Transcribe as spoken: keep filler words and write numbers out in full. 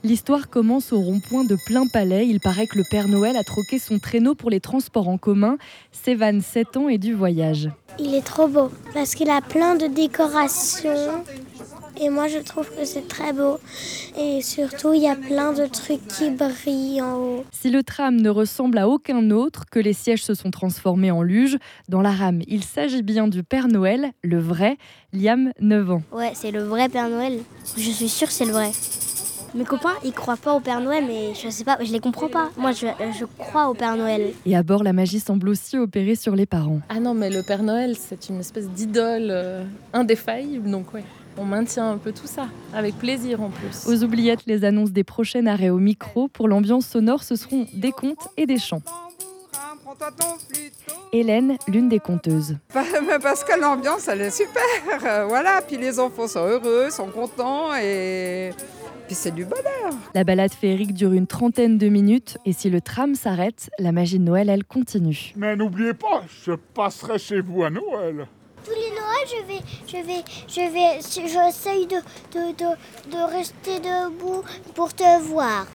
L'histoire commence au rond-point de Plainpalais. Il paraît que le Père Noël a troqué son traîneau pour les transports en commun. Sévan, sept ans, et du voyage. Il est trop beau parce qu'il a plein de décorations et moi je trouve que c'est très beau. Et surtout, il y a plein de trucs qui brillent en haut. Si le tram ne ressemble à aucun autre, que les sièges se sont transformés en luge, dans la rame, il s'agit bien du Père Noël, le vrai. Liam, neuf ans. Ouais, c'est le vrai Père Noël. Je suis sûre que c'est le vrai. Mes copains, ils croient pas au Père Noël, mais je sais pas, je les comprends pas. Moi, je, je crois au Père Noël. Et à bord, la magie semble aussi opérer sur les parents. Ah non, mais le Père Noël, c'est une espèce d'idole euh, indéfaillible, donc ouais. On maintient un peu tout ça, avec plaisir en plus. Aux oubliettes, les annonces des prochains arrêts au micro. Pour l'ambiance sonore, ce seront des contes et des chants. Hélène, l'une des conteuses. Parce que l'ambiance, elle est super. Voilà, puis les enfants sont heureux, sont contents et puis c'est du bonheur. La balade féerique dure une trentaine de minutes et si le tram s'arrête, la magie de Noël, elle continue. Mais n'oubliez pas, je passerai chez vous à Noël. Tous les Noëls, je vais, je vais, je vais, j'essaye de, de, de, de rester debout pour te voir.